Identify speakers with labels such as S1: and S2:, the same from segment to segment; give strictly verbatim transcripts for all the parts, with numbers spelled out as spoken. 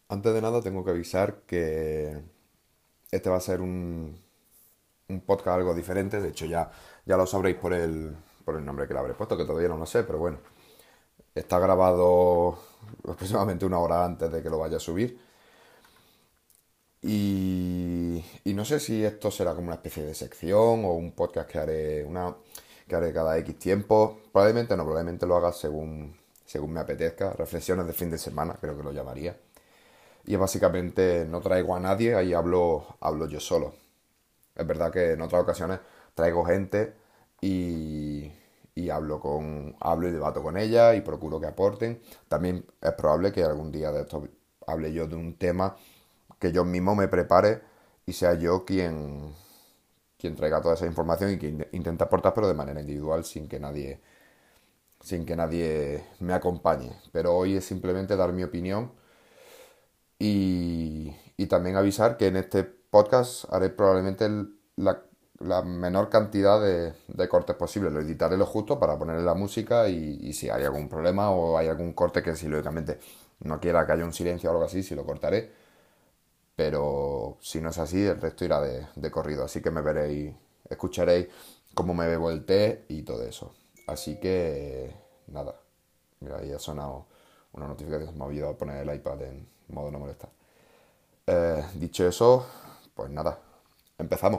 S1: Antes de nada tengo que avisar que este va a ser un, un podcast algo diferente. De hecho ya, ya lo sabréis por el, por el nombre que le habré puesto, que todavía no lo sé, pero bueno. Está grabado aproximadamente una hora antes de que lo vaya a subir. Y, y no sé si esto será como una especie de sección o un podcast que haré, una, que haré cada X tiempo. Probablemente no, probablemente lo haga según, según me apetezca. Reflexiones de fin de semana, creo que lo llamaría. Y es básicamente no traigo a nadie, ahí hablo, hablo yo solo. Es verdad que en otras ocasiones traigo gente y, y hablo con, hablo y debato con ella y procuro que aporten. También es probable que algún día de esto hable yo de un tema que yo mismo me prepare y sea yo quien, quien traiga toda esa información y quien intente aportar, pero de manera individual, sin que nadie, sin que nadie me acompañe. Pero hoy es simplemente dar mi opinión y, y también avisar que en este podcast haré probablemente el- la, la menor cantidad de, de cortes posible. Lo editaré lo justo para ponerle la música y, y si hay algún problema o hay algún corte que si lógicamente no quiera que haya un silencio o algo así, si lo cortaré. Pero si no es así, el resto irá de, de corrido. Así que me veréis, escucharéis cómo me bebo el té y todo eso. Así que nada. Mira, ahí ha sonado una notificación. Se me ha olvidado poner el iPad en modo no molestar. Eh, dicho eso, pues nada, empezamos.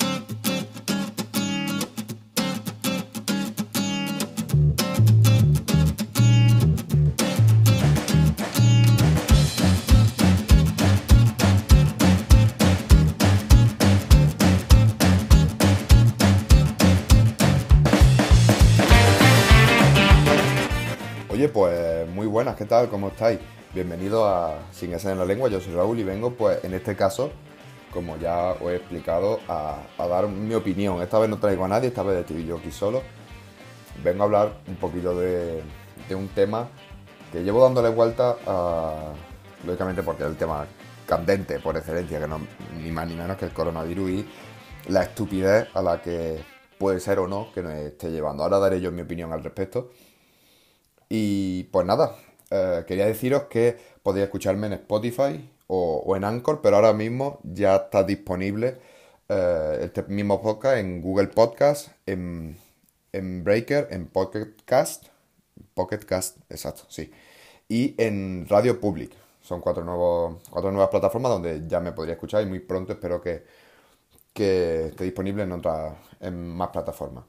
S1: Oye, pues muy buenas, ¿qué tal? ¿Cómo estáis? Bienvenido a Sin Ese en la Lengua, yo soy Raúl y vengo, pues en este caso, como ya os he explicado, a, a dar mi opinión. Esta vez no traigo a nadie, esta vez estoy yo aquí solo. Vengo a hablar un poquito de, de un tema que llevo dándole vuelta a, lógicamente porque es el tema candente por excelencia, que no ni más ni menos que el coronavirus y la estupidez a la que puede ser o no que nos esté llevando. Ahora daré yo mi opinión al respecto. Y pues nada, eh, quería deciros que podéis escucharme en Spotify o, o en Anchor, pero ahora mismo ya está disponible eh, este mismo podcast en Google Podcast, en, en Breaker, en Pocket Cast, Pocket Cast, exacto, sí, y en Radio Public. Son cuatro, nuevos, cuatro nuevas plataformas donde ya me podría escuchar y muy pronto espero que, que esté disponible en otras, en más plataformas.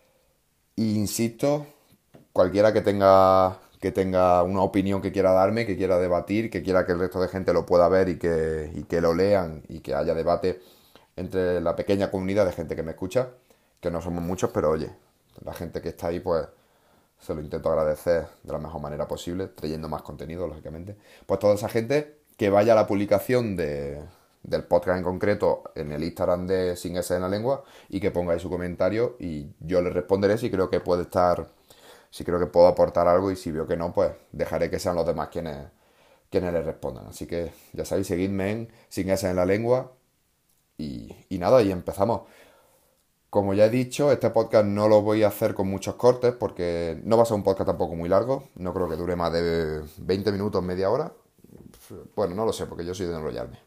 S1: Y insisto, cualquiera que tenga, que tenga una opinión que quiera darme, que quiera debatir, que quiera que el resto de gente lo pueda ver y que, y que lo lean y que haya debate entre la pequeña comunidad de gente que me escucha, que no somos muchos, pero oye, la gente que está ahí, pues se lo intento agradecer de la mejor manera posible, trayendo más contenido, lógicamente. Pues toda esa gente que vaya a la publicación de, del podcast en concreto en el Instagram de Sin S en la Lengua y que ponga ahí su comentario y yo le responderé si creo que puede estar, si creo que puedo aportar algo y si veo que no, pues dejaré que sean los demás quienes, quienes le respondan. Así que ya sabéis, seguidme en Sin S en la Lengua y, y nada, y empezamos. Como ya he dicho, este podcast no lo voy a hacer con muchos cortes porque no va a ser un podcast tampoco muy largo. No creo que dure más de veinte minutos, media hora. Bueno, no lo sé porque yo soy de enrollarme.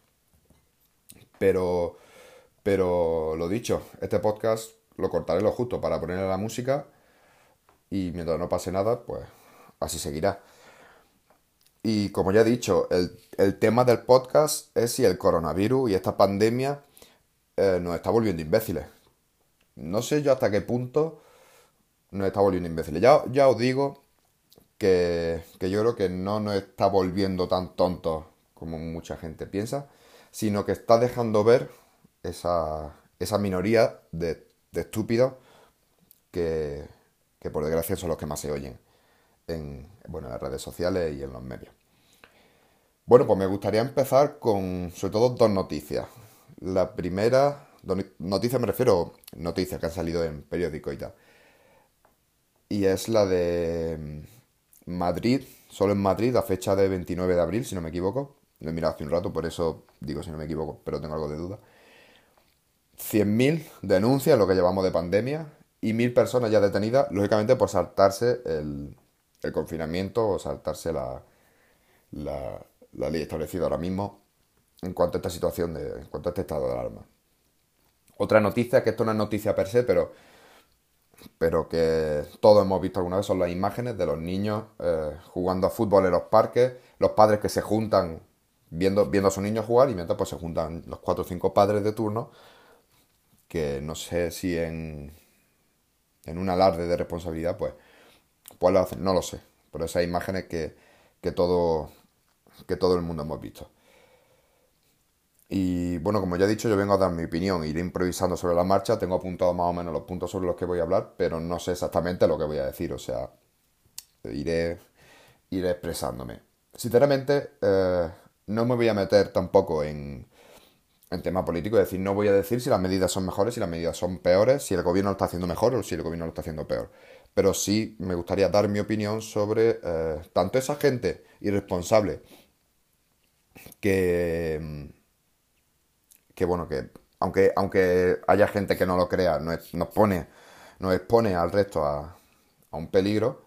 S1: Pero, pero lo dicho, este podcast lo cortaré lo justo para ponerle la música y mientras no pase nada, pues así seguirá. Y como ya he dicho, el, el tema del podcast es si el coronavirus y esta pandemia eh, nos está volviendo imbéciles. No sé yo hasta qué punto nos está volviendo imbéciles. Ya, ya os digo que, que yo creo que no nos está volviendo tan tontos como mucha gente piensa, sino que está dejando ver esa, esa minoría de, de estúpidos que, que por desgracia son los que más se oyen en, bueno, en las redes sociales y en los medios. Bueno, pues me gustaría empezar con sobre todo dos noticias. La primera, do- noticias me refiero, noticias que han salido en periódico y tal. Y es la de Madrid, solo en Madrid, a fecha de veintinueve de abril, si no me equivoco. Lo he mirado hace un rato, por eso digo si no me equivoco, pero tengo algo de duda. Cien mil denuncias, lo que llevamos de pandemia, y mil personas ya detenidas, lógicamente por saltarse el, el confinamiento o saltarse la, la- la ley establecida ahora mismo en cuanto a esta situación, de, en cuanto a este estado de alarma. Otra noticia, que esto no es noticia per se, pero, pero que todos hemos visto alguna vez, son las imágenes de los niños eh, jugando a fútbol en los parques, los padres que se juntan viendo, viendo a sus niños jugar y mientras pues se juntan los cuatro o cinco padres de turno, que no sé si en, en un alarde de responsabilidad, pues, pues lo hacen, no lo sé. Pero esas imágenes que, que todo, que todo el mundo hemos visto. Y bueno, como ya he dicho, yo vengo a dar mi opinión, iré improvisando sobre la marcha, tengo apuntado más o menos los puntos sobre los que voy a hablar, pero no sé exactamente lo que voy a decir, o sea, iré, iré expresándome. Sinceramente, eh, no me voy a meter tampoco en, en tema político, es decir, no voy a decir si las medidas son mejores, si las medidas son peores, si el gobierno lo está haciendo mejor o si el gobierno lo está haciendo peor. Pero sí me gustaría dar mi opinión sobre eh, tanto esa gente irresponsable que, que bueno, que aunque, aunque haya gente que no lo crea, nos, nos pone, nos expone al resto a, a un peligro.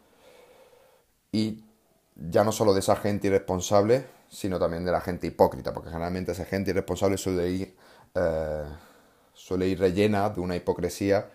S1: Y ya no solo de esa gente irresponsable, sino también de la gente hipócrita, porque generalmente esa gente irresponsable suele ir, eh, suele ir rellena de una hipocresía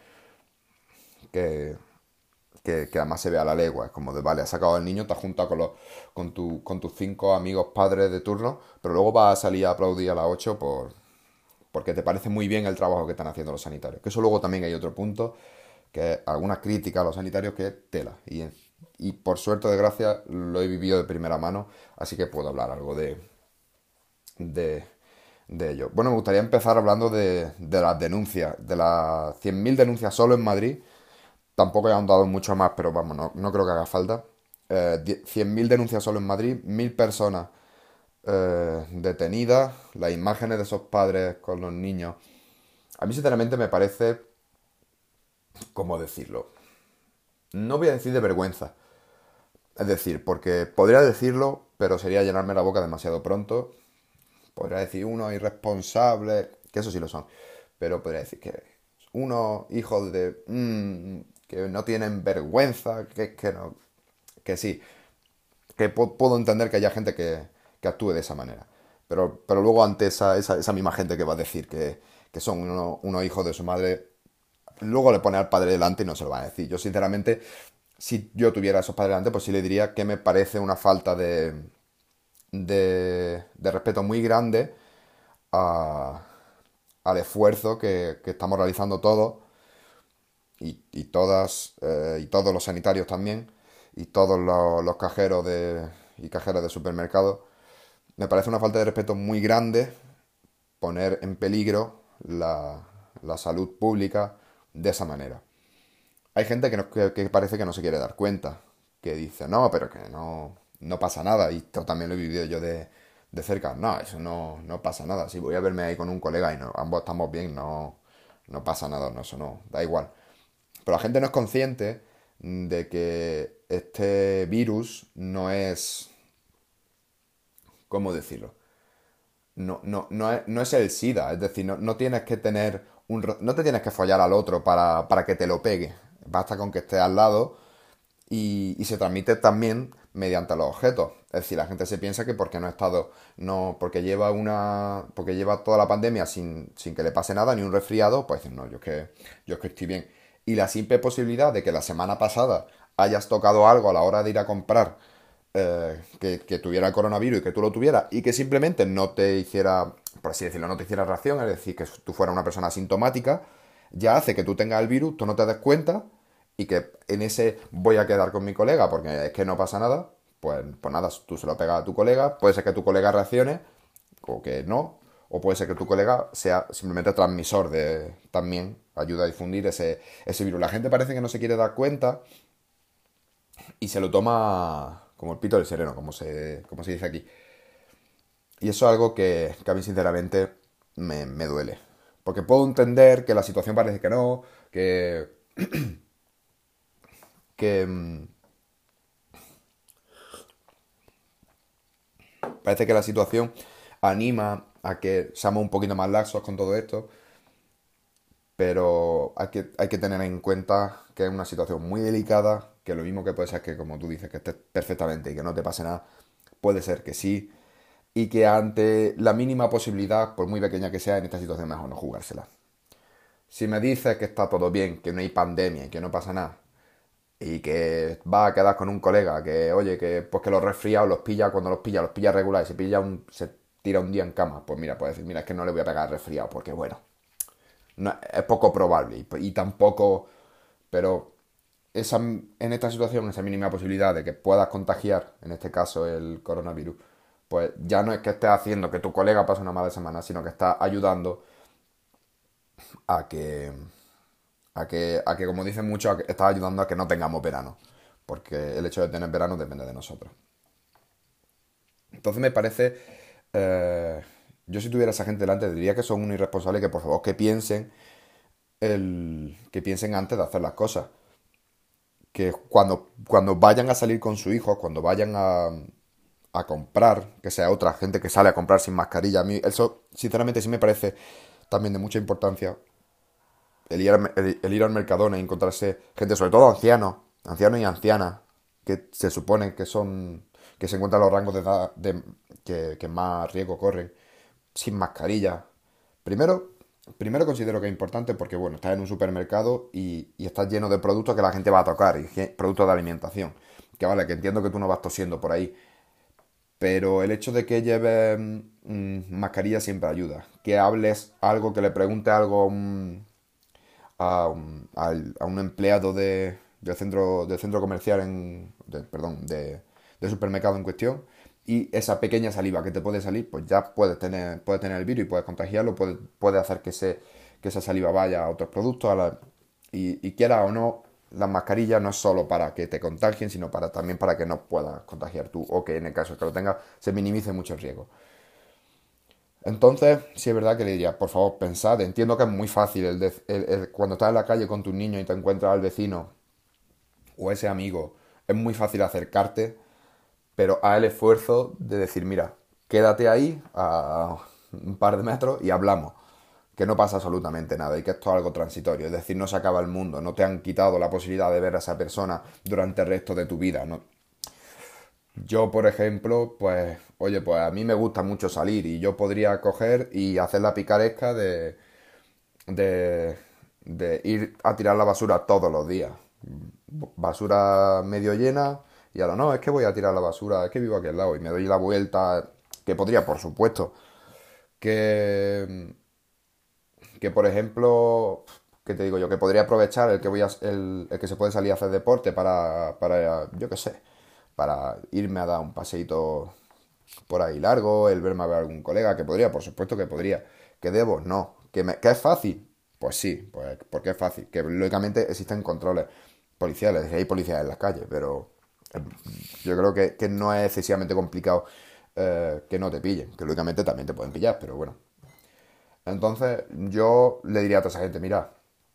S1: que, que, que además se ve a la legua. Es como de, vale, has sacado al niño, te has juntado con, los, con, tu, con tus cinco amigos padres de turno, pero luego vas a salir a aplaudir a las ocho por, porque te parece muy bien el trabajo que están haciendo los sanitarios. Que eso luego también hay otro punto, que es algunas críticas a los sanitarios que es tela. Y, y por suerte o desgracia lo he vivido de primera mano, así que puedo hablar algo de, de, de ello. Bueno, me gustaría empezar hablando de, de las denuncias, de las cien mil denuncias solo en Madrid. Tampoco he ahondado mucho más, pero vamos, no, no creo que haga falta. Eh, cien mil denuncias solo en Madrid, mil personas eh, detenidas, las imágenes de esos padres con los niños. A mí sinceramente me parece, ¿cómo decirlo? No voy a decir de vergüenza. Es decir, porque podría decirlo, pero sería llenarme la boca demasiado pronto. Podría decir unos irresponsables, que eso sí lo son. Pero podría decir que unos hijos de... mmm, que no tienen vergüenza, que, que no... Que sí, que pu- puedo entender que haya gente que, que actúe de esa manera. Pero, pero luego ante esa, esa, esa misma gente que va a decir que, que son uno- unos hijos de su madre, luego le pone al padre delante y no se lo va a decir. Yo sinceramente, si yo tuviera a esos padres delante, pues sí le diría que me parece una falta de, de, de respeto muy grande a- al esfuerzo que, que estamos realizando todos y, y todas eh, y todos los sanitarios también y todos los, los cajeros de, y cajeras de supermercados. Me parece una falta de respeto muy grande poner en peligro la, la salud pública de esa manera. Hay gente que, no- que- que parece que no se quiere dar cuenta, que dice, no, pero que no, no pasa nada, y esto también lo he vivido yo de, de cerca, no, eso no, no pasa nada, si voy a verme ahí con un colega y no, ambos estamos bien, no, no pasa nada, no, eso no, da igual. Pero la gente no es consciente de que este virus no es, ¿cómo decirlo? No, no, no es, no es el SIDA, es decir, no, no tienes que tener un, ro- no te tienes que follar al otro para, para que te lo pegue. Basta con que estés al lado y, y se transmite también mediante los objetos. Es decir, la gente se piensa que porque no ha estado, no, porque lleva una, porque lleva toda la pandemia sin, sin que le pase nada, ni un resfriado, pues dicen, no, yo es que, yo es que estoy bien. Y la simple posibilidad de que la semana pasada hayas tocado algo a la hora de ir a comprar eh, que, que tuviera el coronavirus y que tú lo tuvieras y que simplemente no te hiciera, por así decirlo, no te hiciera reacción, es decir, que tú fueras una persona asintomática, ya hace que tú tengas el virus, tú no te des cuenta y que en ese voy a quedar con mi colega porque es que no pasa nada, pues, pues nada, tú se lo pegas a tu colega, puede ser que tu colega reaccione o que no, o puede ser que tu colega sea simplemente transmisor de también ayuda a difundir ese, ese virus. La gente parece que no se quiere dar cuenta y se lo toma como el pito del sereno, como se, como se dice aquí. Y eso es algo que, que a mí sinceramente me, me duele. Porque puedo entender que la situación parece que no, que, que mm, parece que la situación anima a que seamos un poquito más laxos con todo esto, pero hay que, hay que tener en cuenta que es una situación muy delicada, que lo mismo que puede ser que, como tú dices, que estés perfectamente y que no te pase nada, puede ser que sí. y que ante la mínima posibilidad, por muy pequeña que sea, en esta situación mejor no jugársela. Si me dices que está todo bien, que no hay pandemia y que no pasa nada, y que va a quedar con un colega que, oye, que pues que los resfriados los pilla, cuando los pilla, los pilla regular y se pilla un, se tira un día en cama, pues mira, puedes decir, mira, es que no le voy a pegar resfriado, porque bueno, no- es poco probable y, y tampoco, pero esa, en esta situación, esa mínima posibilidad de que puedas contagiar, en este caso el coronavirus, pues ya no es que estés haciendo que tu colega pase una mala semana, sino que estás ayudando a que, a que, a que como dicen muchos, a que estás ayudando a que no tengamos verano, porque el hecho de tener verano depende de nosotros. Entonces me parece, eh, yo si tuviera esa gente delante diría que son unos irresponsables y que por favor que piensen, el, que piensen antes de hacer las cosas. Que cuando, cuando vayan a salir con su hijo, cuando vayan a, a comprar, que sea otra gente que sale a comprar sin mascarilla, a mí eso sinceramente sí me parece también de mucha importancia, el ir, al- el, el ir al Mercadona y encontrarse gente, sobre todo ancianos, ancianos y ancianas, que se supone que son, que se encuentran en los rangos de edad de, que, que más riesgo corren, sin mascarilla. Primero, primero considero que es importante porque, bueno, estás en un supermercado y, y estás lleno de productos que la gente va a tocar, y que- productos de alimentación. Que vale, que entiendo que tú no vas tosiendo por ahí, pero el hecho de que lleves mm, mascarilla siempre ayuda. Que hables algo, que le preguntes algo a un, a un, al- a un empleado de, del centro, del centro comercial, en, de- perdón, de, del supermercado en cuestión, y esa pequeña saliva que te puede salir, pues ya puedes tener, puedes tener el virus y puedes contagiarlo, puede, puede hacer que, se, que esa saliva vaya a otros productos, a la- y, y quiera o no, las mascarillas no es solo para que te contagien, sino para, también para que no puedas contagiar tú, o que en el caso de que lo tengas, se minimice mucho el riesgo. Entonces, sí es verdad que le diría, por favor, pensad, entiendo que es muy fácil el de- el- el- cuando estás en la calle con tus niños y te encuentras al vecino o ese amigo, es muy fácil acercarte, pero haz el esfuerzo de decir, mira, quédate ahí a un par de metros y hablamos, que no pasa absolutamente nada y que esto es algo transitorio, es decir, no se acaba el mundo, no te han quitado la posibilidad de ver a esa persona durante el resto de tu vida, ¿no? Yo, por ejemplo, pues, oye, pues a mí me gusta mucho salir y yo podría coger y hacer la picaresca de, de, de ir a tirar la basura todos los días. Basura medio llena y ahora no, es que voy a tirar la basura, es que vivo aquí al lado y me doy la vuelta, que podría, por supuesto, que, que por ejemplo, ¿qué te digo yo? Que podría aprovechar el que voy a, el, el que se puede salir a hacer deporte para, para yo qué sé, para irme a dar un paseíto por ahí largo, el verme a ver a algún colega, que podría, por supuesto que podría. ¿Que debo? No. ¿Que, me, que es fácil? Pues sí, pues porque es fácil. Que lógicamente existen controles policiales, y hay policías en las calles, pero eh, yo creo que, que no es excesivamente complicado eh, que no te pillen, que lógicamente también te pueden pillar, pero bueno. Entonces yo le diría a toda esa gente, mira,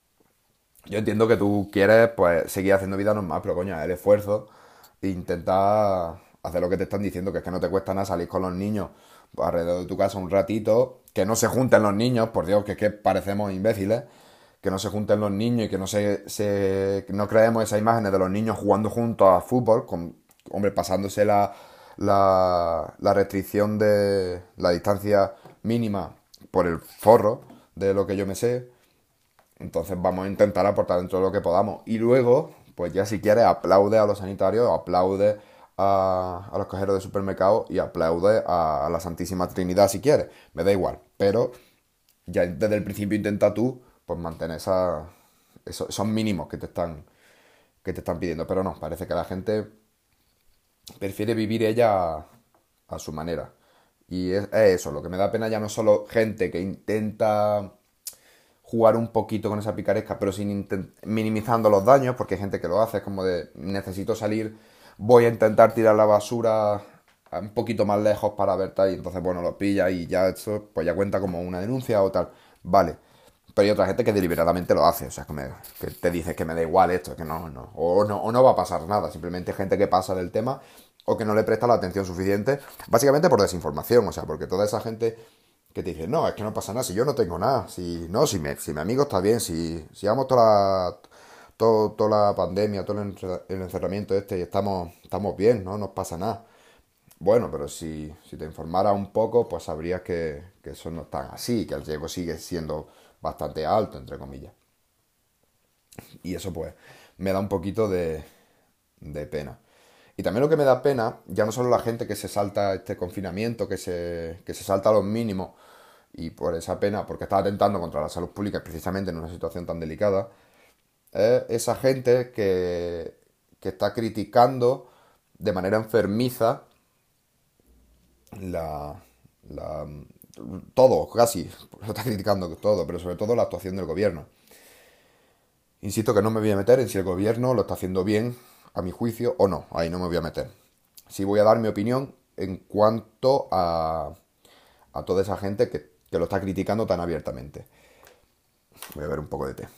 S1: yo entiendo que tú quieres pues seguir haciendo vida normal, pero coño, el esfuerzo e intentar hacer lo que te están diciendo, que es que no te cuesta nada salir con los niños alrededor de tu casa un ratito, que no se junten los niños, por Dios, que es que parecemos imbéciles, que no se junten los niños y que no se, se- que no creemos esas imágenes de los niños jugando juntos a fútbol, con, hombre, pasándose la, la, la restricción de la distancia mínima por el forro de lo que yo me sé. Entonces vamos a intentar aportar dentro de lo que podamos. Y luego, pues ya si quieres, aplaude a los sanitarios, aplaude a, a los cajeros de supermercado y aplaude a, a la Santísima Trinidad si quieres. Me da igual. Pero ya desde el principio intenta tú, pues mantener esa, esos, esos mínimos que te están, que te están pidiendo. Pero no, parece que la gente prefiere vivir ella a, a su manera. Y es, es eso, lo que me da pena ya no es solo gente que intenta jugar un poquito con esa picaresca, pero sin intent- minimizando los daños, porque hay gente que lo hace, es como de necesito salir, voy a intentar tirar la basura un poquito más lejos para ver tal, y entonces bueno, lo pilla y ya eso pues ya cuenta como una denuncia o tal. Vale. Pero hay otra gente que deliberadamente lo hace, o sea, que, me- que te dice que me da igual esto, que no, no, o no, o no va a pasar nada, simplemente gente que pasa del tema o que no le presta la atención suficiente, básicamente por desinformación, o sea, porque toda esa gente que te dice, no, es que no pasa nada, si yo no tengo nada, si no, si, me, si mi amigo está bien, si, si llevamos toda la, todo- toda la pandemia, todo el, encer- el encerramiento este y estamos, estamos bien, no nos pasa nada. Bueno, pero si, si te informaras un poco, pues sabrías que, que eso no es tan así, que el riesgo sigue siendo bastante alto, entre comillas. Y eso pues me da un poquito de, de pena. Y también lo que me da pena, ya no solo la gente que se salta este confinamiento, que se, que se salta los mínimos, y por esa pena, porque está atentando contra la salud pública precisamente en una situación tan delicada, es esa gente que, que está criticando de manera enfermiza la, la, todo, casi, lo está criticando todo, pero sobre todo la actuación del gobierno. Insisto que no me voy a meter en si el gobierno lo está haciendo bien, a mi juicio, o no. Ahí no me voy a meter. Sí voy a dar mi opinión en cuanto a, a toda esa gente que, que lo está criticando tan abiertamente. Voy a ver un poco de té.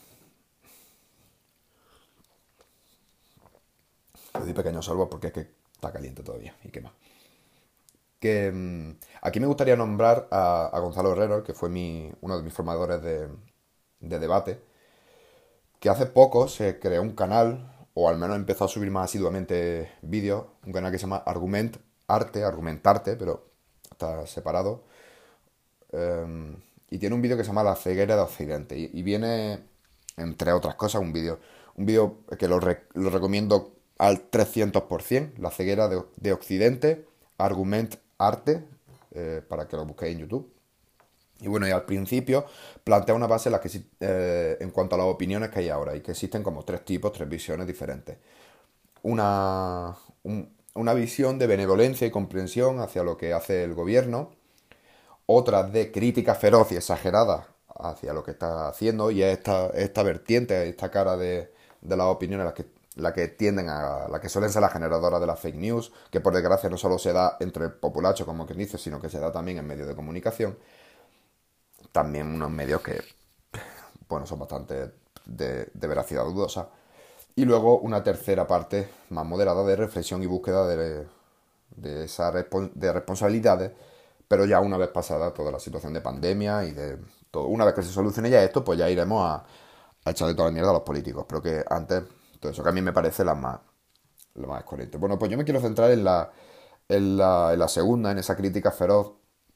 S1: Le doy pequeños sorbos porque es que está caliente todavía y quema. Que mmm, aquí me gustaría nombrar a, a Gonzalo Herrero, que fue mi, uno de mis formadores de, de debate, que hace poco se creó un canal, o al menos empezó a subir más asiduamente vídeos, un canal que se llama Argument Arte, Argumentarte, pero está separado. Eh, y tiene un vídeo que se llama La ceguera de Occidente. Y, y viene, entre otras cosas, un vídeo un vídeo que lo, re- lo recomiendo al trescientos por ciento, La ceguera de, de Occidente, Argument Arte, eh, para que lo busquéis en YouTube. Y bueno, y al principio plantea una base en, la que, exi- eh, en cuanto a las opiniones que hay ahora, y que existen como tres tipos, tres visiones diferentes. Una, un- una visión de benevolencia y comprensión hacia lo que hace el gobierno, otra de crítica feroz y exagerada hacia lo que está haciendo, y es esta, esta vertiente, esta cara de, de las opiniones, las que, la que tienden a, la que suelen ser las generadoras de las fake news, que por desgracia no solo se da entre el populacho, como quien dice, sino que se da también en medios de comunicación, también unos medios que, bueno, son bastante de, de veracidad dudosa. Y luego una tercera parte más moderada de reflexión y búsqueda de, de esas respon- de responsabilidades, pero ya una vez pasada toda la situación de pandemia y de todo. Una vez que se solucione ya esto, pues ya iremos a, a echarle toda la mierda a los políticos. Pero que antes, todo eso que a mí me parece la más, lo más coherente. Bueno, pues yo me quiero centrar en la, en la, en la segunda, en esa crítica feroz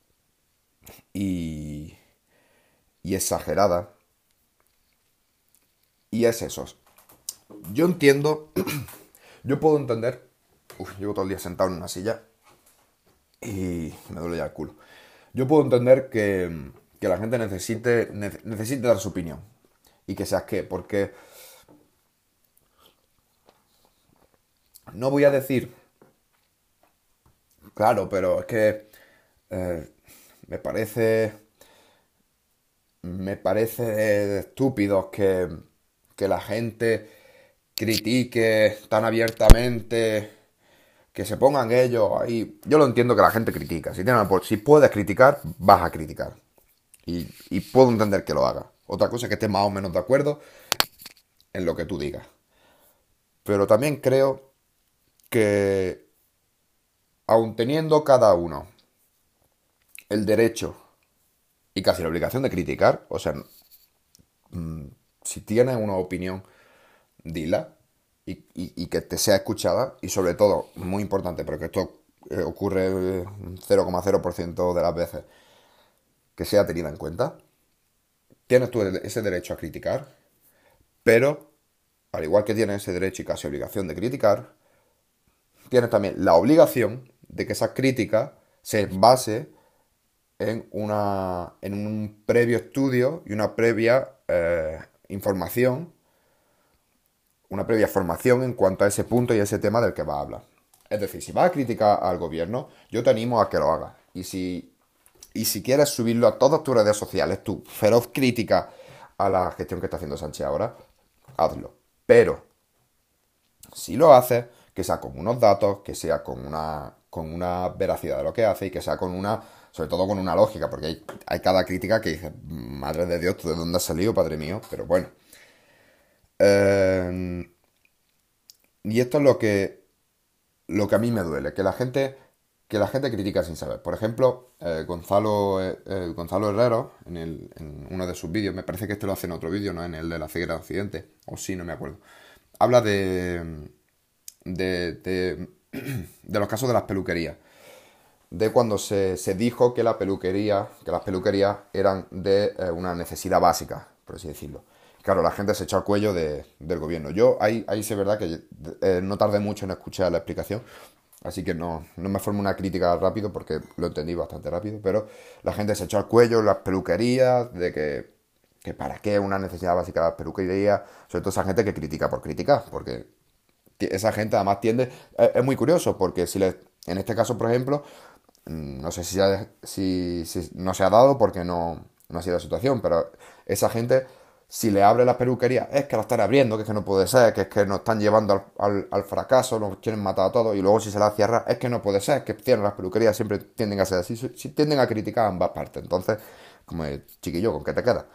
S1: y, y exagerada. Y es eso. Yo entiendo, yo puedo entender. Uf, llevo todo el día sentado en una silla y me duele ya el culo. Yo puedo entender que, que la gente necesite, ne- necesite dar su opinión y que seas qué, porque no voy a decir, claro, pero es que eh, me parece, me parece estúpido que, que la gente critique tan abiertamente, que se pongan ellos ahí. Yo lo entiendo que la gente critica. Si, tiene, si puedes criticar, vas a criticar. Y, y puedo entender que lo haga. Otra cosa es que estés más o menos de acuerdo en lo que tú digas. Pero también creo que, aun teniendo cada uno el derecho y casi la obligación de criticar, o sea, si tienes una opinión, dila y, y- y que te sea escuchada y sobre todo, muy importante, pero que esto eh, ocurre eh, un cero coma cero por ciento de las veces, que sea tenida en cuenta. Tienes tú ese derecho a criticar, pero al igual que tienes ese derecho y casi obligación de criticar, tienes también la obligación de que esa crítica se base en, una, en un previo estudio y una previa eh, información, una previa formación en cuanto a ese punto y ese tema del que vas a hablar. Es decir, si vas a criticar al gobierno, yo te animo a que lo hagas. Y si, y si quieres subirlo a todas tus redes sociales, tu feroz crítica a la gestión que está haciendo Sánchez ahora, hazlo. Pero si lo haces, que sea con unos datos, que sea con una, con una veracidad de lo que hace y que sea con una, sobre todo con una lógica, porque hay, hay cada crítica que dice, madre de Dios, ¿tú de dónde has salido, padre mío? Pero bueno. Eh, y esto es lo que, lo que a mí me duele, que la gente, que la gente critica sin saber. Por ejemplo, eh, Gonzalo, eh, eh, Gonzalo Herrero, en, el, en uno de sus vídeos, me parece que este lo hace en otro vídeo, ¿no? En el de la ceguera de Occidente, o sí, no me acuerdo. Habla de, de, de, de los casos de las peluquerías. de cuando se, se dijo que la peluquería, que las peluquerías eran de eh, una necesidad básica, por así decirlo. Claro, la gente se echó al cuello de- del gobierno. Yo ahí, ahí sí es verdad que eh, no tardé mucho en escuchar la explicación, así que no, no me formo una crítica rápido porque lo entendí bastante rápido, pero la gente se echó al cuello, las peluquerías, de que, que para qué una necesidad básica de las peluquerías, sobre todo esa gente que critica por criticar, porque ti- esa gente además tiende, es, es muy curioso, porque si le, en este caso, por ejemplo, mm, no sé si, ha- si, si no se ha dado porque no, no ha sido la situación, pero esa gente, si le abre las peluquerías, es que la están abriendo, que es que no puede ser, que es que nos están llevando al, al- al fracaso, nos quieren matar a todos, y luego si se la cierra, es que no puede ser, que cierran las peluquerías, siempre tienden a ser así, si- si tienden a criticar a ambas partes. Entonces, como el chiquillo, ¿con qué te queda?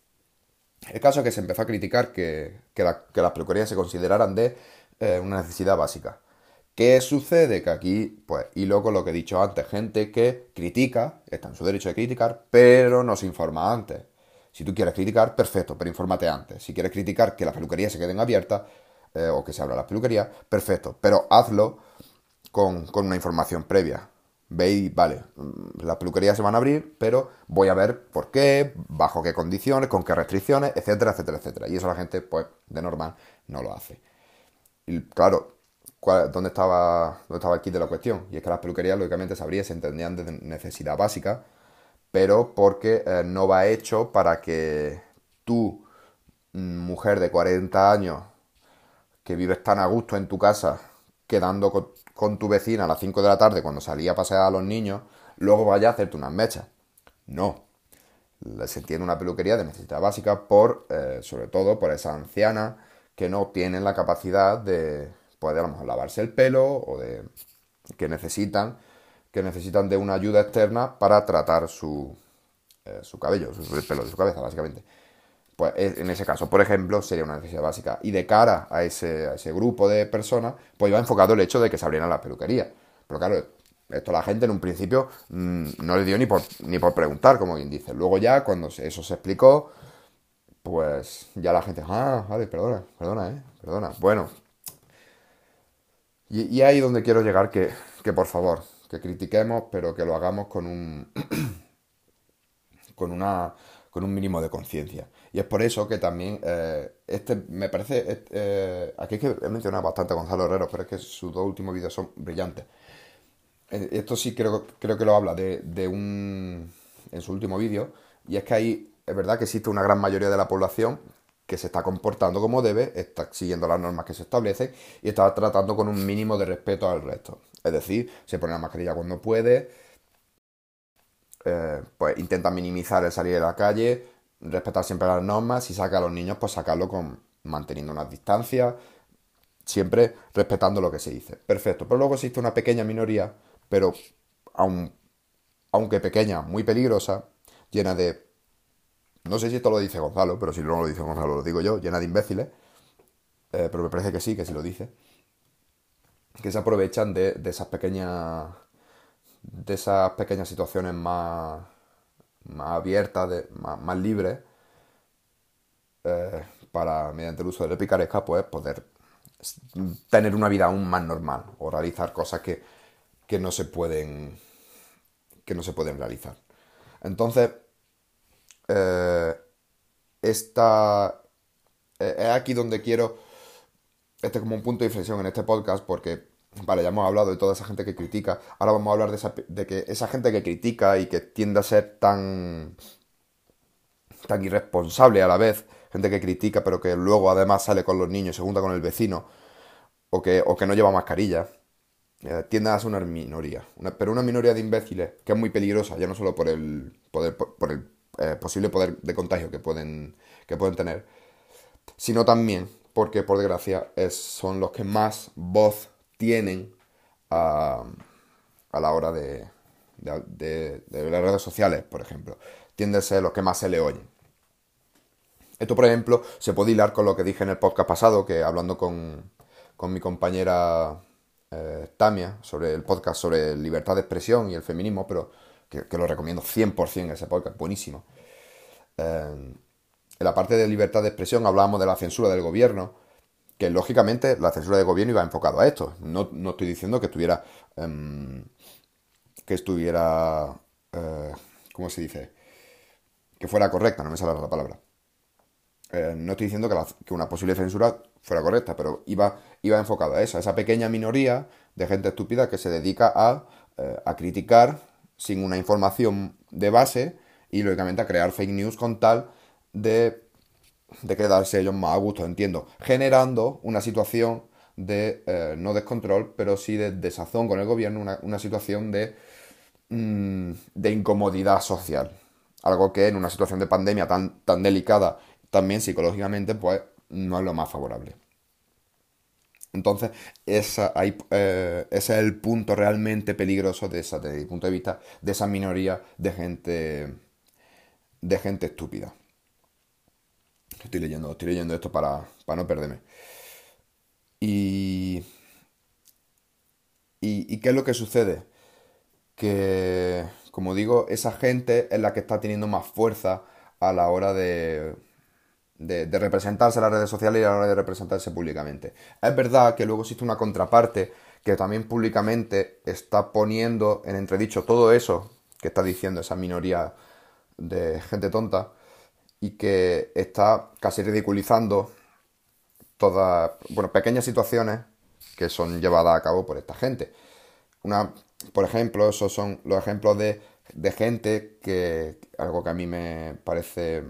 S1: El caso es que se empezó a criticar que, que, la- que las peluquerías se consideraran de eh, una necesidad básica. ¿Qué sucede? Que aquí, pues, y luego lo que he dicho antes, gente que critica, está en su derecho de criticar, pero no se informa antes. Si tú quieres criticar, perfecto, pero infórmate antes. Si quieres criticar que las peluquerías se queden abiertas, eh, o que se abra las peluquerías, perfecto, pero hazlo con, con una información previa. Veis, vale, mm, las peluquerías se van a abrir, pero voy a ver por qué, bajo qué condiciones, con qué restricciones, etcétera, etcétera, etcétera. Y eso la gente, pues, de normal, no lo hace. Y claro, ¿cuál- ¿dónde estaba, dónde estaba el kit de la cuestión? Y es que las peluquerías, lógicamente, se abrían, se entendían de necesidad básica, pero porque eh, no va hecho para que tú, mm, mujer de cuarenta años, que vives tan a gusto en tu casa, quedando con, con tu vecina a las cinco de la tarde cuando salía a pasear a los niños, luego vaya a hacerte unas mechas. No. Se tiene una peluquería de necesidad básica por, eh, sobre todo, por esas ancianas que no tienen la capacidad de poder a lo mejor lavarse el pelo o de que necesitan que necesitan de una ayuda externa para tratar su, eh, su cabello, su- el pelo de su cabeza, básicamente. Pues e- en ese caso, por ejemplo, sería una necesidad básica. Y de cara a ese, a ese grupo de personas, pues iba enfocado el hecho de que se abrieran las peluquerías. Pero claro, esto la gente en un principio mm, no le dio ni por, ni por preguntar, como quien dice. Luego ya, cuando se- eso se explicó, pues ya la gente, ah, vale, perdona, perdona, eh, perdona. Bueno, y, y ahí donde quiero llegar, que, que por favor, que critiquemos, pero que lo hagamos con un, con una, con un mínimo de conciencia. Y es por eso que también, eh, este me parece, este, eh, aquí es que he mencionado bastante a Gonzalo Herrero, pero es que sus dos últimos vídeos son brillantes. Eh, Esto sí creo, creo que lo habla de, de un, en su último vídeo, y es que ahí es verdad que existe una gran mayoría de la población que se está comportando como debe, está siguiendo las normas que se establecen y está tratando con un mínimo de respeto al resto. Es decir, se pone la mascarilla cuando puede, eh, pues intenta minimizar el salir de la calle, respetar siempre las normas, si saca a los niños, pues sacarlo con manteniendo unas distancias, siempre respetando lo que se dice. Perfecto, pero luego existe una pequeña minoría, pero aun- aunque pequeña, muy peligrosa, llena de, no sé si esto lo dice Gonzalo, pero si no lo dice Gonzalo, lo digo yo, llena de imbéciles, eh, pero me parece que sí, que sí lo dice, que se aprovechan de, de esas pequeñas de esas pequeñas situaciones más, más abiertas, de, más, más libres, eh, para, mediante el uso de la picaresca, pues poder tener una vida aún más normal o realizar cosas que, que no se pueden que no se pueden realizar. Entonces, eh, esta eh, es aquí donde quiero, este es como un punto de inflexión en este podcast, porque, vale, ya hemos hablado de toda esa gente que critica, ahora vamos a hablar de, esa, de que esa gente que critica y que tiende a ser tan tan irresponsable a la vez, gente que critica pero que luego además sale con los niños, se junta con el vecino, o que, o que no lleva mascarilla, eh, tiende a ser una minoría. Una- pero una minoría de imbéciles que es muy peligrosa, ya no solo por el, poder, por, por el eh, posible poder de contagio que pueden, que pueden tener, sino también porque, por desgracia, es- son los que más voz tienen a, a la hora de, de, de- de las redes sociales, por ejemplo. Tienden a ser los que más se le oyen. Esto, por ejemplo, se puede hilar con lo que dije en el podcast pasado, que hablando con, con mi compañera eh, Tamia sobre el podcast sobre libertad de expresión y el feminismo, pero que, que lo recomiendo cien por ciento ese podcast, buenísimo. Eh, en la parte de libertad de expresión hablábamos de la censura del gobierno, que lógicamente la censura del gobierno iba enfocado a esto. No, no estoy diciendo que estuviera, eh, que estuviera, eh, ¿cómo se dice? Que fuera correcta, no me sale la palabra. Eh, no estoy diciendo que, la- que una posible censura fuera correcta, pero iba, iba enfocado a esa, a esa pequeña minoría de gente estúpida que se dedica a, eh, a criticar sin una información de base y lógicamente a crear fake news con tal de, de quedarse ellos más a gusto, entiendo, generando una situación de eh, no descontrol, pero sí de desazón con el gobierno, una, una situación de mm, de incomodidad social. Algo que en una situación de pandemia tan, tan delicada, también psicológicamente, pues no es lo más favorable. Entonces, esa, ahí, eh, ese es el punto realmente peligroso de esa, desde mi punto de vista, de esa minoría de gente, de gente estúpida. Estoy leyendo, estoy leyendo esto para, para no perderme. Y, y, ¿Y qué es lo que sucede? Que, como digo, esa gente es la que está teniendo más fuerza a la hora de, de, de representarse en las redes sociales y a la hora de representarse públicamente. Es verdad que luego existe una contraparte que también públicamente está poniendo en entredicho todo eso que está diciendo esa minoría de gente tonta y que está casi ridiculizando todas, bueno, pequeñas situaciones que son llevadas a cabo por esta gente. Una, por ejemplo, esos son los ejemplos de, de gente que, algo que a mí me parece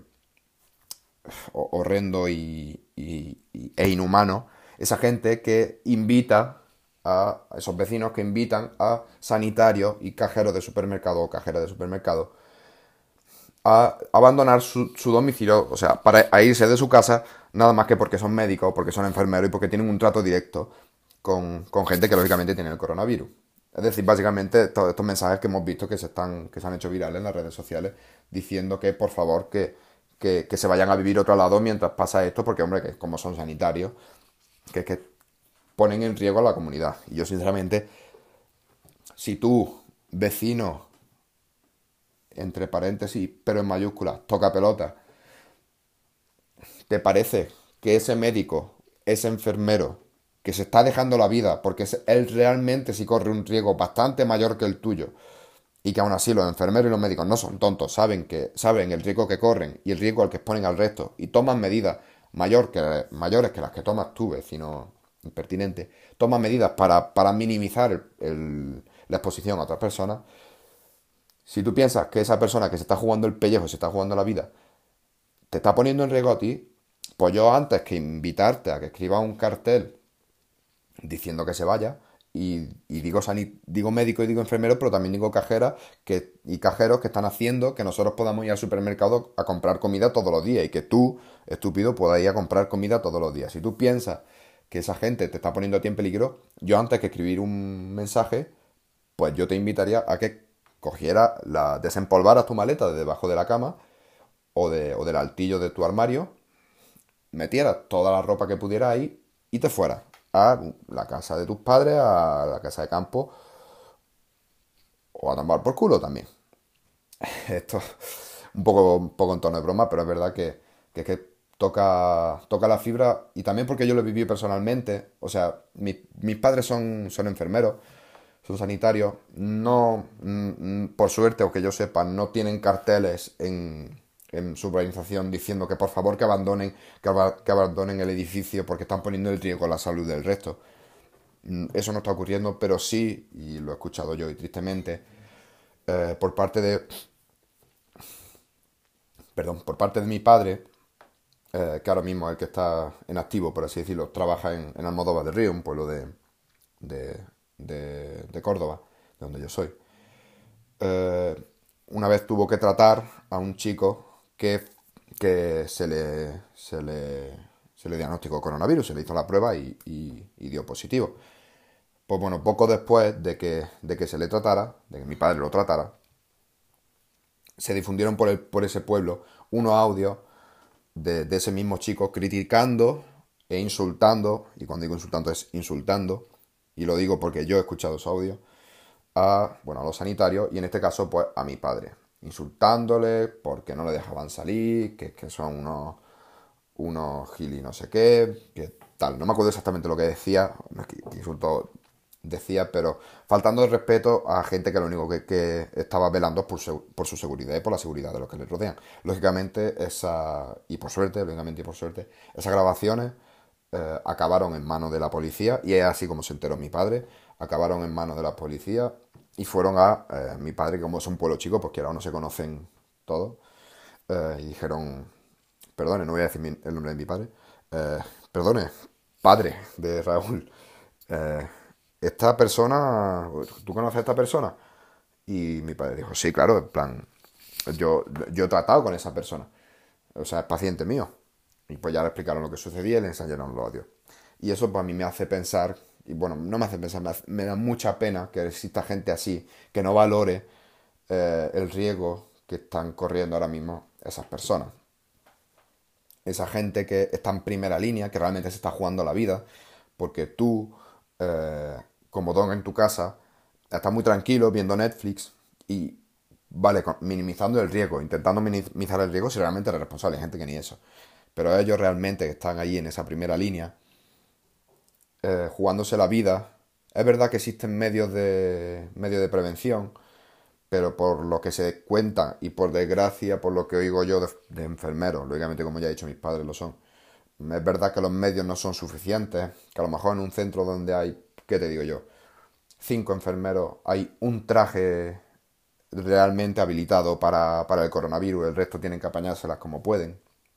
S1: horrendo y, y- y- e inhumano, esa gente que invita a esos vecinos que invitan a sanitarios y cajeros de supermercado o cajeras de supermercado a abandonar su, su domicilio, o sea, para a irse de su casa, nada más que porque son médicos, porque son enfermeros y porque tienen un trato directo con, con gente que lógicamente tiene el coronavirus. Es decir, básicamente todos estos mensajes que hemos visto que se están, que se han hecho virales en las redes sociales, diciendo que por favor que, que, que se vayan a vivir a otro lado mientras pasa esto, porque hombre, que como son sanitarios, que es que ponen en riesgo a la comunidad. Y yo sinceramente, si tú, vecino, entre paréntesis, pero en mayúsculas, toca pelota, ¿te parece que ese médico, ese enfermero, que se está dejando la vida, porque él realmente sí corre un riesgo bastante mayor que el tuyo, y que aún así los enfermeros y los médicos no son tontos, saben que saben el riesgo que corren y el riesgo al que exponen al resto, y toman medidas mayor que, mayores que las que tomas tú, vecino impertinente, toman medidas para, para minimizar el- el- la exposición a otras personas. Si tú piensas que esa persona que se está jugando el pellejo, se está jugando la vida, te está poniendo en riesgo a ti, pues yo antes que invitarte a que escribas un cartel diciendo que se vaya, y, y digo, sani- digo médico y digo enfermero, pero también digo cajeras que, y cajeros que están haciendo que nosotros podamos ir al supermercado a comprar comida todos los días y que tú, estúpido, puedas ir a comprar comida todos los días. Si tú piensas que esa gente te está poniendo a ti en peligro, yo antes que escribir un mensaje, pues yo te invitaría a que cogieras, la, desempolvaras tu maleta de debajo de la cama o, de, o del altillo de tu armario, metieras toda la ropa que pudieras ahí y te fueras a la casa de tus padres, a la casa de campo o a tomar por culo también. Esto un poco, un poco en tono de broma, pero es verdad que, que, es que toca, toca la fibra y también porque yo lo viví personalmente. O sea, mi- mis padres son, son enfermeros, son sanitarios. No, mm, mm, por suerte o que yo sepa, no tienen carteles en, en su organización diciendo que por favor que abandonen, que, aba- que abandonen el edificio porque están poniendo en riesgo la salud del resto. Mm, Eso no está ocurriendo, pero sí, y lo he escuchado yo y tristemente, eh, por parte de, perdón, por parte de mi padre, eh, que ahora mismo es el que está en activo, por así decirlo, trabaja en, en Almodóvar del Río, un pueblo de, de, de, de Córdoba, de donde yo soy. Eh, una vez tuvo que tratar a un chico que, que se le, se le, se le diagnosticó coronavirus, se le hizo la prueba y, y- y dio positivo. Pues bueno, poco después de que, de que se le tratara, de que mi padre lo tratara, se difundieron por, el, por ese pueblo unos audios de, de ese mismo chico criticando e insultando, y cuando digo insultando es insultando, y lo digo porque yo he escuchado esos audios, a, bueno, a los sanitarios y en este caso pues a mi padre, insultándole porque no le dejaban salir, que, que son unos, unos gili no sé qué, que tal, no me acuerdo exactamente lo que decía, que, que insultó decía, pero faltando el respeto a gente que lo único que, que estaba velando es por su, por su seguridad y por la seguridad de los que les rodean. Lógicamente, esa, y por suerte, lógicamente y por suerte, esas grabaciones eh, acabaron en manos de la policía, y es así como se enteró mi padre, acabaron en manos de la policía y fueron a eh, mi padre, que como es un pueblo chico, pues que ahora no se conocen todos, eh, y dijeron, perdone, no voy a decir mi- el nombre de mi padre, eh, perdone, padre de Raúl, eh, esta persona, ¿tú conoces a esta persona? Y mi padre dijo, sí, claro, en plan, yo, yo he tratado con esa persona, o sea, es paciente mío. Y pues ya le explicaron lo que sucedía y le ensayaron los audios. Y eso pues a mí me hace pensar, y bueno, no me hace pensar, me, hace- me da mucha pena que exista gente así, que no valore eh, el riesgo que están corriendo ahora mismo esas personas. Esa gente que está en primera línea, que realmente se está jugando la vida, porque tú, eh, como don en tu casa, estás muy tranquilo viendo Netflix y, vale, con- minimizando el riesgo, intentando minimizar el riesgo si realmente eres responsable. Hay gente que ni eso. Pero ellos realmente que están ahí en esa primera línea, eh, jugándose la vida. Es verdad que existen medios de, medios de prevención, pero por lo que se cuenta y por desgracia, por lo que oigo yo de, de enfermeros, lógicamente como ya he dicho mis padres lo son, es verdad que los medios no son suficientes, que a lo mejor en un centro donde hay, ¿qué te digo yo? Cinco enfermeros, hay un traje realmente habilitado para, para el coronavirus, el resto tienen que apañárselas como pueden.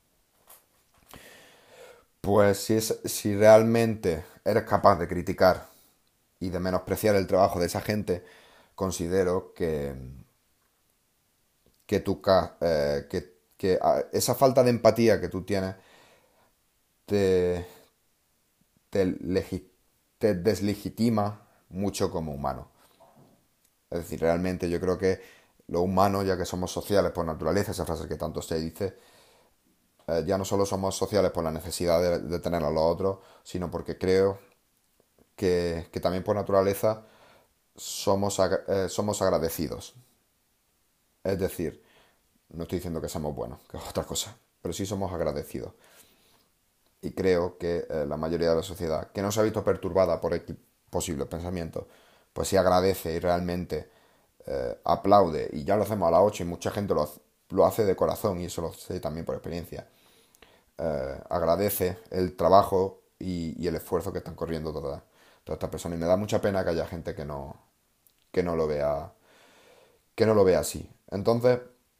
S1: Pues si, es, si realmente eres capaz de criticar y de menospreciar el trabajo de esa gente, considero que, que, tu, ca- eh, que, que ah, esa falta de empatía que tú tienes te, te, legi- te deslegitima mucho como humano. Es decir, realmente yo creo que los humanos, ya que somos sociales por naturaleza, esa frase que tanto se dice, eh, ya no solo somos sociales por la necesidad de, de tener a los otros, sino porque creo que, que también por naturaleza somos, agra- eh, somos agradecidos. Es decir, no estoy diciendo que seamos buenos, que es otra cosa, pero sí somos agradecidos. Y creo que eh, la mayoría de la sociedad, que no se ha visto perturbada por X posibles pensamientos, pues sí agradece y realmente eh, aplaude. Y ya lo hacemos a las ocho y mucha gente lo, hace- lo hace de corazón, y eso lo sé también por experiencia. Eh, agradece el trabajo y, y el esfuerzo que están corriendo todas, todas estas personas. Y me da mucha pena que haya gente que no, que no lo vea, que no lo vea así. Entonces,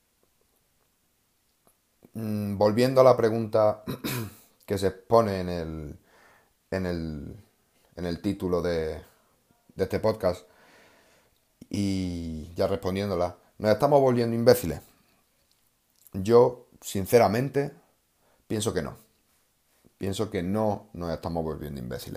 S1: mm, volviendo a la pregunta que se expone en el, en el, en el título de, de este podcast, y ya respondiéndola, ¿nos estamos volviendo imbéciles? Yo, sinceramente, pienso que no. Pienso que no nos estamos volviendo imbéciles.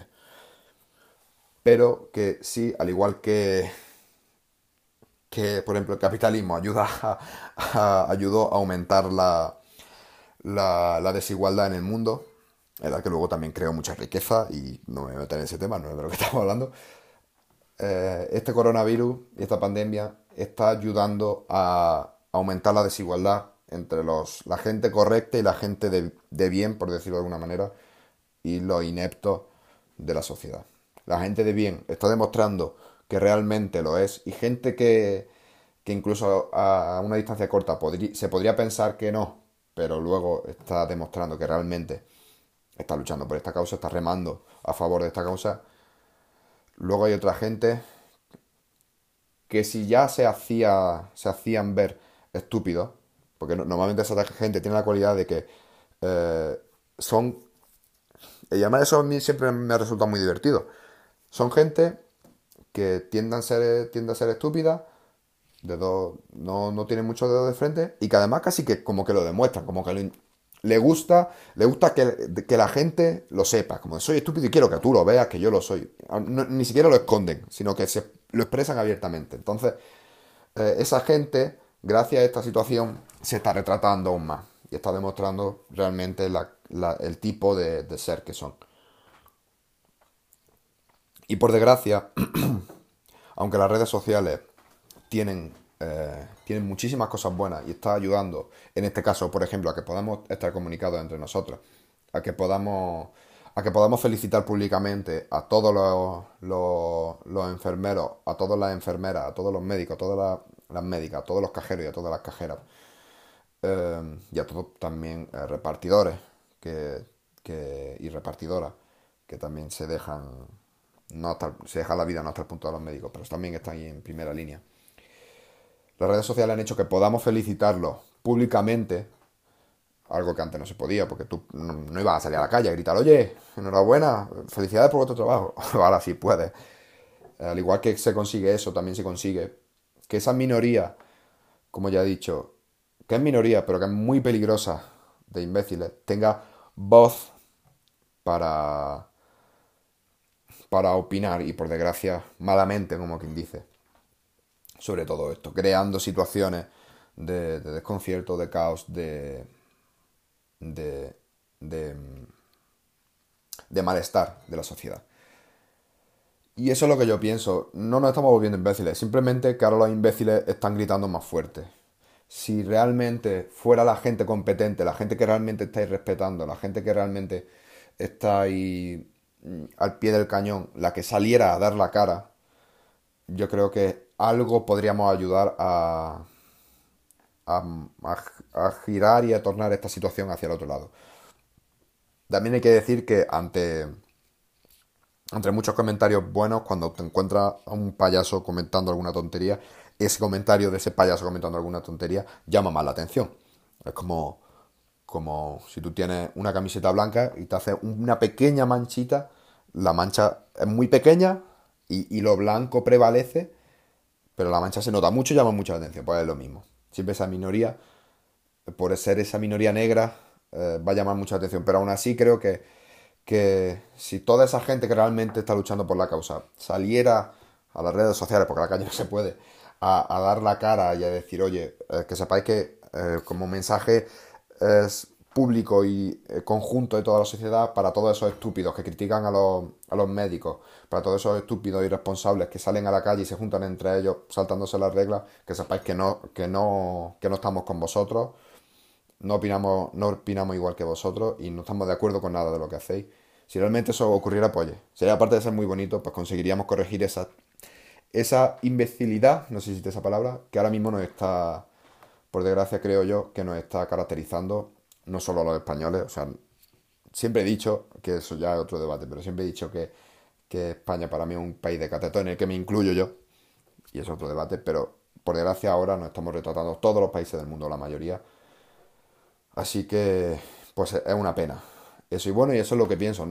S1: Pero que sí, al igual que, que por ejemplo, el capitalismo ayuda a- a- ayudó a aumentar la, la, la desigualdad en el mundo, en la que luego también creó mucha riqueza, y no me voy a meter en ese tema, no es de lo que estamos hablando. Eh, este coronavirus y esta pandemia está ayudando a aumentar la desigualdad entre los, la gente correcta y la gente de, de bien, por decirlo de alguna manera, y los ineptos de la sociedad. La gente de bien está demostrando que realmente lo es, y gente que, que incluso a una distancia corta podrí- se podría pensar que no, pero luego está demostrando que realmente está luchando por esta causa, está remando a favor de esta causa. Luego hay otra gente que si ya se hacía, se hacían ver estúpidos, porque no- normalmente esa gente tiene la cualidad de que eh, son, y además eso a mí siempre me ha resultado muy divertido, son gente que tienden a ser, tiende a ser estúpida, dedo, no, no tienen mucho dedo de frente, y que además casi que como que lo demuestran, como que le, le gusta, le gusta que, que la gente lo sepa, como soy estúpido y quiero que tú lo veas, que yo lo soy. No- ni siquiera lo esconden, sino que se lo expresan abiertamente. Entonces, eh, esa gente, gracias a esta situación, se está retratando aún más y está demostrando realmente la- la- el tipo de, de ser que son. Y por desgracia, aunque las redes sociales tienen, eh, tienen muchísimas cosas buenas y está ayudando, en este caso, por ejemplo, a que podamos estar comunicados entre nosotros, a que podamos, a que podamos felicitar públicamente a todos los, los, los enfermeros, a todas las enfermeras, a todos los médicos, a todas las, las médicas, a todos los cajeros y a todas las cajeras, eh, y a todos también eh, repartidores que, que, y repartidoras que también se dejan, no hasta, se dejan la vida no hasta el punto de los médicos, pero también están ahí en primera línea. Las redes sociales han hecho que podamos felicitarlos públicamente, algo que antes no se podía, porque tú no, no ibas a salir a la calle a gritar, oye, enhorabuena, felicidades por vuestro trabajo. Ahora sí puedes. Al igual que se consigue eso, también se consigue que esa minoría, como ya he dicho, que es minoría, pero que es muy peligrosa de imbéciles, tenga voz para, para opinar y, por desgracia, malamente, como quien dice, sobre todo esto, creando situaciones de, de desconcierto, de caos, de, de, de, de malestar de la sociedad. Y eso es lo que yo pienso. No nos estamos volviendo imbéciles, simplemente que ahora los imbéciles están gritando más fuerte. Si realmente fuera la gente competente, la gente que realmente estáis respetando, la gente que realmente está ahí mm, al pie del cañón, la que saliera a dar la cara, yo creo que algo podríamos ayudar a, a, a- a girar y a tornar esta situación hacia el otro lado. También hay que decir que ante, entre muchos comentarios buenos, cuando te encuentras a un payaso comentando alguna tontería, ese comentario de ese payaso comentando alguna tontería llama más la atención. Es como, como si tú tienes una camiseta blanca y te hace una pequeña manchita, la mancha es muy pequeña y, y lo blanco prevalece, pero la mancha se nota mucho y llama mucho la atención. Pues es lo mismo. Siempre esa minoría, por ser esa minoría negra, eh, va a llamar mucha atención. Pero aún así creo que, que si toda esa gente que realmente está luchando por la causa saliera a las redes sociales, porque a la calle no se puede, a, a dar la cara y a decir, oye, eh, que sepáis que eh, como mensaje es público y eh, conjunto de toda la sociedad para todos esos estúpidos que critican a los, a los médicos, para todos esos estúpidos irresponsables que salen a la calle y se juntan entre ellos saltándose las reglas, que sepáis que no, que no, que no estamos con vosotros, no opinamos, no opinamos igual que vosotros y no estamos de acuerdo con nada de lo que hacéis. Si realmente eso ocurriera, pues oye, sería aparte de ser muy bonito, pues conseguiríamos corregir esa, esa imbecilidad, no sé si existe esa palabra, que ahora mismo nos está, por desgracia creo yo, que nos está caracterizando no solo a los españoles, o sea, siempre he dicho, que eso ya es otro debate, pero siempre he dicho que, que España para mí es un país de cateto en el que me incluyo yo, y es otro debate, pero por desgracia ahora nos estamos retratando todos los países del mundo, la mayoría, así que pues es una pena. Eso y bueno, y eso es lo que pienso.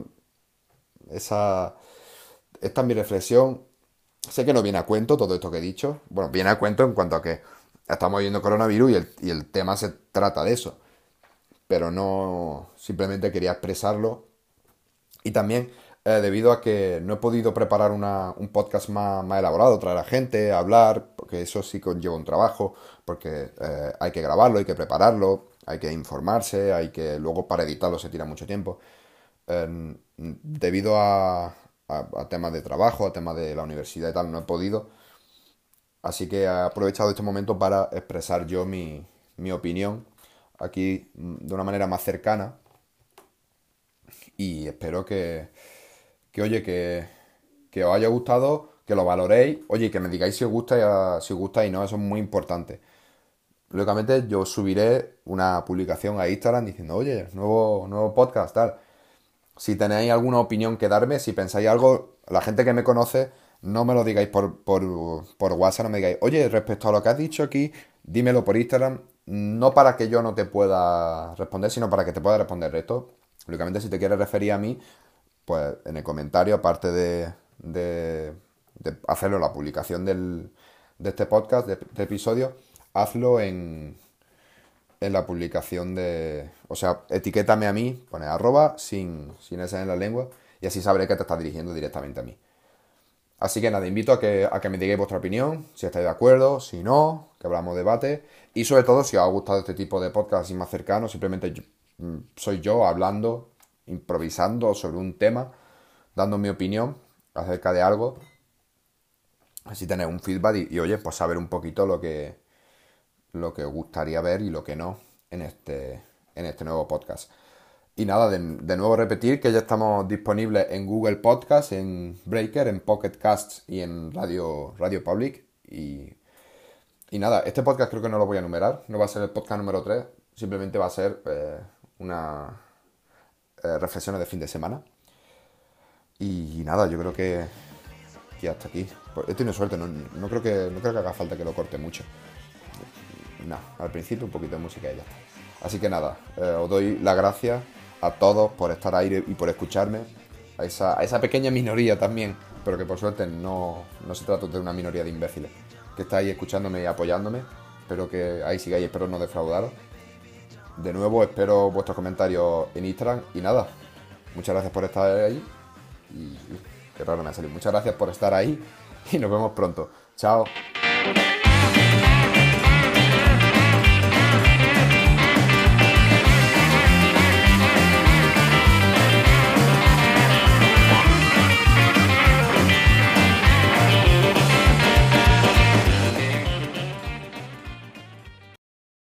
S1: Esa, esta es mi reflexión. Sé que no viene a cuento todo esto que he dicho. Bueno, viene a cuento en cuanto a que estamos viendo coronavirus y el, y el tema se trata de eso. Pero no, simplemente quería expresarlo. Y también eh, debido a que no he podido preparar una- un podcast más, más elaborado, traer a gente, hablar, porque eso sí conlleva un trabajo, porque eh, hay que grabarlo, hay que prepararlo, hay que informarse, hay que luego para editarlo se tira mucho tiempo. Eh, debido a, a- a temas de trabajo, a temas de la universidad y tal, no he podido. Así que he aprovechado este momento para expresar yo mi, mi opinión aquí mm, de una manera más cercana y espero que, que oye, que, que os haya gustado, que lo valoréis, oye, y que me digáis si os gusta, y a- si os gusta y no, eso es muy importante. Lógicamente yo subiré una publicación a Instagram diciendo, oye, nuevo, nuevo podcast, tal. Si tenéis alguna opinión que darme, si pensáis algo, la gente que me conoce, no me lo digáis por, por, por WhatsApp, no me digáis, oye, respecto a lo que has dicho aquí, dímelo por Instagram, no para que yo no te pueda responder, sino para que te pueda responder esto. Lógicamente, si te quieres referir a mí, pues en el comentario, aparte de, de, de hacerlo en la publicación del, de este podcast, de este episodio, hazlo en, en la publicación de... O sea, etiquétame a mí, pone arroba sin, sin esa en la lengua y así sabré que te estás dirigiendo directamente a mí. Así que nada, invito a que, a que me digáis vuestra opinión, si estáis de acuerdo, si no, que abramos debate y sobre todo si os ha gustado este tipo de podcast así más cercano, simplemente yo- mm, soy yo hablando, improvisando sobre un tema, dando mi opinión acerca de algo, así tener un feedback y, y oye, pues saber un poquito lo que, lo que os gustaría ver y lo que no en este, en este nuevo podcast. Y nada, de, de nuevo repetir que ya estamos disponibles en Google Podcast, en Breaker, en Pocket Casts y en Radio, Radio Public. Y, y nada, este podcast creo que no lo voy a numerar, no va a ser el podcast número tres, simplemente va a ser eh, una eh, reflexiones de fin de semana. Y nada, yo creo que, que hasta aquí. Pues he tenido suerte, no, no creo que, no creo que haga falta que lo corte mucho. Nada, al principio un poquito de música y ya está. Así que nada, eh, os doy las gracias a todos por estar ahí y por escucharme. A esa, a esa pequeña minoría también, pero que por suerte no, no se trata de una minoría de imbéciles. Que estáis escuchándome y apoyándome. Espero que ahí sigáis, espero no defraudaros. De nuevo, espero vuestros comentarios en Instagram. Y nada, muchas gracias por estar ahí. Y qué raro me ha salido. Muchas gracias por estar ahí. Y nos vemos pronto. Chao.